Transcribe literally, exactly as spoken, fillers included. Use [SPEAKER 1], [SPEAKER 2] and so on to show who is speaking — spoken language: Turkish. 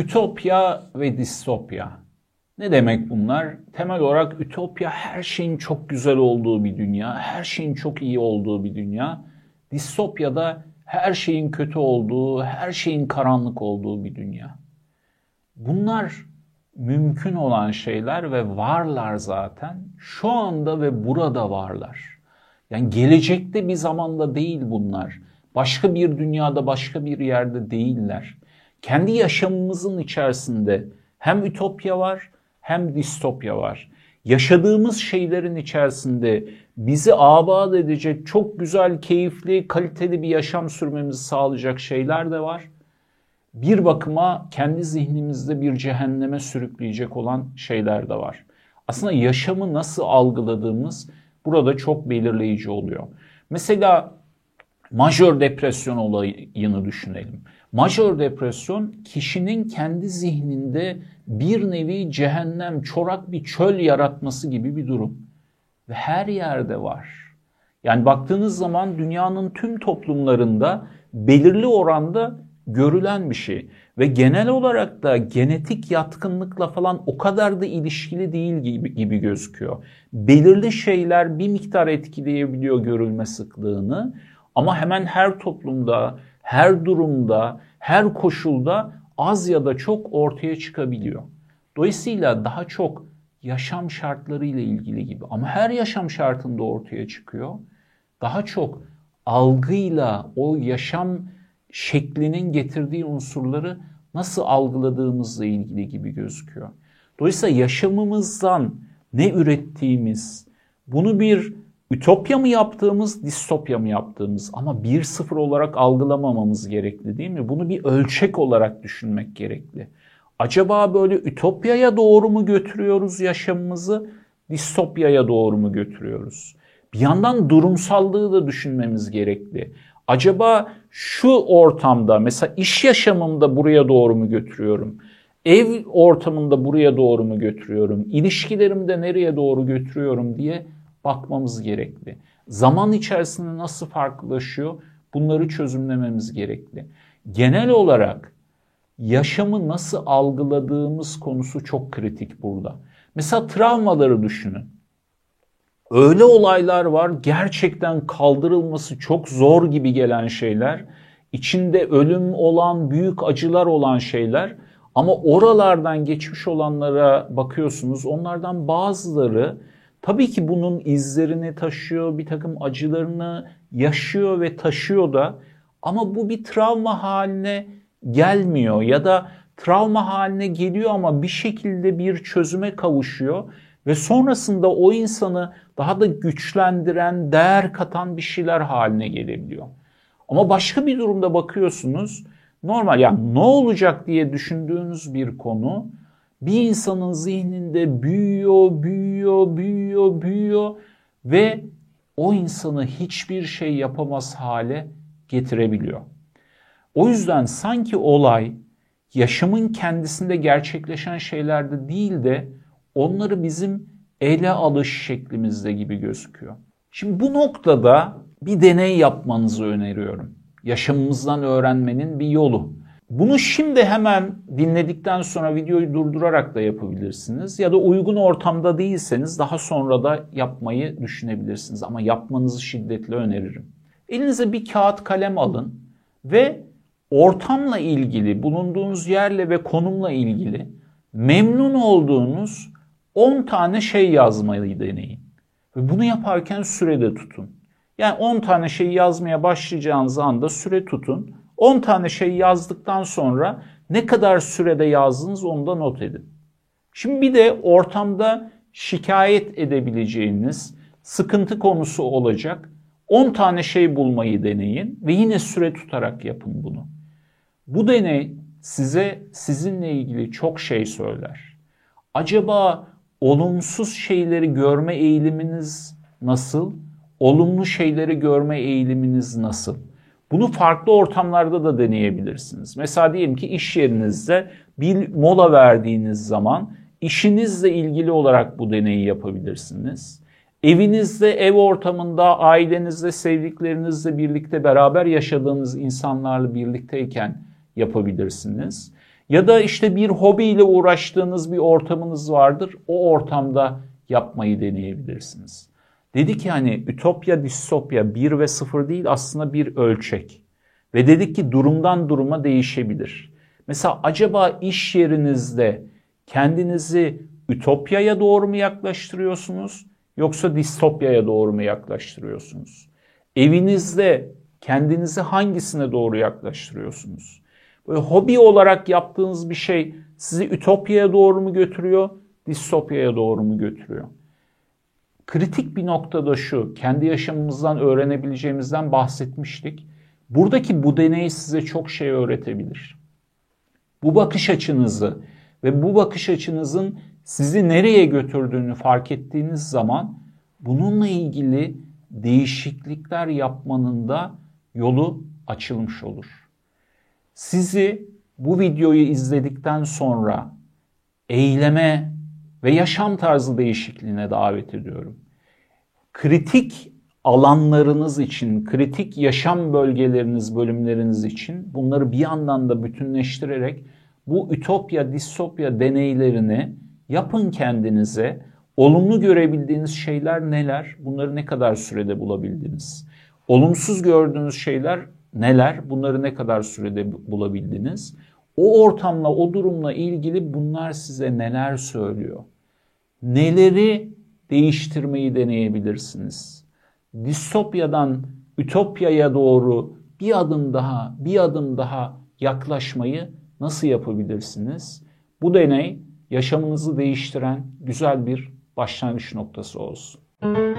[SPEAKER 1] Ütopya ve distopya. Ne demek bunlar? Temel olarak ütopya her şeyin çok güzel olduğu bir dünya, her şeyin çok iyi olduğu bir dünya. Distopya da her şeyin kötü olduğu, her şeyin karanlık olduğu bir dünya. Bunlar mümkün olan şeyler ve varlar zaten. Şu anda ve burada varlar. Yani gelecekte bir zamanda değil bunlar. Başka bir dünyada, başka bir yerde değiller. Kendi yaşamımızın içerisinde hem ütopya var hem distopya var. Yaşadığımız şeylerin içerisinde bizi abat edecek, çok güzel, keyifli, kaliteli bir yaşam sürmemizi sağlayacak şeyler de var. Bir bakıma kendi zihnimizde bir cehenneme sürükleyecek olan şeyler de var. Aslında yaşamı nasıl algıladığımız burada çok belirleyici oluyor. Mesela majör depresyon olayını düşünelim. Majör depresyon kişinin kendi zihninde bir nevi cehennem, çorak bir çöl yaratması gibi bir durum. Ve her yerde var. Yani baktığınız zaman dünyanın tüm toplumlarında belirli oranda görülen bir şey. Ve genel olarak da genetik yatkınlıkla falan o kadar da ilişkili değil gibi, gibi gözüküyor. Belirli şeyler bir miktar etkileyebiliyor görülme sıklığını. Ama hemen her toplumda, her durumda, her koşulda az ya da çok ortaya çıkabiliyor. Dolayısıyla daha çok yaşam şartlarıyla ilgili gibi ama her yaşam şartında ortaya çıkıyor. Daha çok algıyla o yaşam şeklinin getirdiği unsurları nasıl algıladığımızla ilgili gibi gözüküyor. Dolayısıyla yaşamımızdan ne ürettiğimiz, bunu bir ütopya mı yaptığımız, distopya mı yaptığımız ama bir sıfır olarak algılamamamız gerekli değil mi? Bunu bir ölçek olarak düşünmek gerekli. Acaba böyle ütopyaya doğru mu götürüyoruz yaşamımızı, distopyaya doğru mu götürüyoruz? Bir yandan durumsallığı da düşünmemiz gerekli. Acaba şu ortamda, mesela iş yaşamımda buraya doğru mu götürüyorum? Ev ortamında buraya doğru mu götürüyorum? İlişkilerimde nereye doğru götürüyorum diye bakmamız gerekli. Zaman içerisinde nasıl farklılaşıyor? Bunları çözümlememiz gerekli. Genel olarak yaşamı nasıl algıladığımız konusu çok kritik burada. Mesela travmaları düşünün. Öyle olaylar var, gerçekten kaldırılması çok zor gibi gelen şeyler, içinde ölüm olan, büyük acılar olan şeyler ama oralardan geçmiş olanlara bakıyorsunuz, onlardan bazıları tabii ki bunun izlerini taşıyor, bir takım acılarını yaşıyor ve taşıyor da ama bu bir travma haline gelmiyor ya da travma haline geliyor ama bir şekilde bir çözüme kavuşuyor ve sonrasında o insanı daha da güçlendiren, değer katan bir şeyler haline gelebiliyor. Ama başka bir durumda bakıyorsunuz, normal yani ne olacak diye düşündüğünüz bir konu bir insanın zihninde büyüyor, büyüyor, büyüyor, büyüyor ve o insanı hiçbir şey yapamaz hale getirebiliyor. O yüzden sanki olay yaşamın kendisinde gerçekleşen şeylerde değil de onları bizim ele alış şeklimizde gibi gözüküyor. Şimdi bu noktada bir deney yapmanızı öneriyorum. Yaşamımızdan öğrenmenin bir yolu. Bunu şimdi hemen dinledikten sonra videoyu durdurarak da yapabilirsiniz. Ya da uygun ortamda değilseniz daha sonra da yapmayı düşünebilirsiniz. Ama yapmanızı şiddetle öneririm. Elinize bir kağıt kalem alın ve ortamla ilgili, bulunduğunuz yerle ve konumla ilgili memnun olduğunuz on tane şey yazmayı deneyin. Ve bunu yaparken sürede tutun. Yani on tane şey yazmaya başlayacağınız anda süre tutun. on tane şey yazdıktan sonra ne kadar sürede yazdınız onu da not edin. Şimdi bir de ortamda şikayet edebileceğiniz, sıkıntı konusu olacak on tane şey bulmayı deneyin ve yine süre tutarak yapın bunu. Bu deney size sizinle ilgili çok şey söyler. Acaba olumsuz şeyleri görme eğiliminiz nasıl? Olumlu şeyleri görme eğiliminiz nasıl? Bunu farklı ortamlarda da deneyebilirsiniz. Mesela diyelim ki iş yerinizde bir mola verdiğiniz zaman işinizle ilgili olarak bu deneyi yapabilirsiniz. Evinizde, ev ortamında, ailenizle, sevdiklerinizle birlikte beraber yaşadığınız insanlarla birlikteyken yapabilirsiniz. Ya da işte bir hobiyle uğraştığınız bir ortamınız vardır. O ortamda yapmayı deneyebilirsiniz. Dedik ki hani ütopya, distopya bir ve sıfır değil, aslında bir ölçek. Ve dedik ki durumdan duruma değişebilir. Mesela acaba iş yerinizde kendinizi ütopyaya doğru mu yaklaştırıyorsunuz yoksa distopyaya doğru mu yaklaştırıyorsunuz? Evinizde kendinizi hangisine doğru yaklaştırıyorsunuz? Böyle hobi olarak yaptığınız bir şey sizi ütopyaya doğru mu götürüyor, distopyaya doğru mu götürüyor? Kritik bir noktada şu, kendi yaşamımızdan öğrenebileceğimizden bahsetmiştik. Buradaki bu deney size çok şey öğretebilir. Bu bakış açınızı ve bu bakış açınızın sizi nereye götürdüğünü fark ettiğiniz zaman bununla ilgili değişiklikler yapmanın da yolu açılmış olur. Sizi bu videoyu izledikten sonra eyleme ve yaşam tarzı değişikliğine davet ediyorum. Kritik alanlarınız için, kritik yaşam bölgeleriniz, bölümleriniz için bunları bir yandan da bütünleştirerek bu ütopya, distopya deneylerini yapın kendinize. Olumlu görebildiğiniz şeyler neler? Bunları ne kadar sürede bulabildiniz? Olumsuz gördüğünüz şeyler neler? Bunları ne kadar sürede bulabildiniz? O ortamla, o durumla ilgili bunlar size neler söylüyor? Neleri değiştirmeyi deneyebilirsiniz? Distopyadan ütopyaya doğru bir adım daha, bir adım daha yaklaşmayı nasıl yapabilirsiniz? Bu deney yaşamınızı değiştiren güzel bir başlangıç noktası olsun.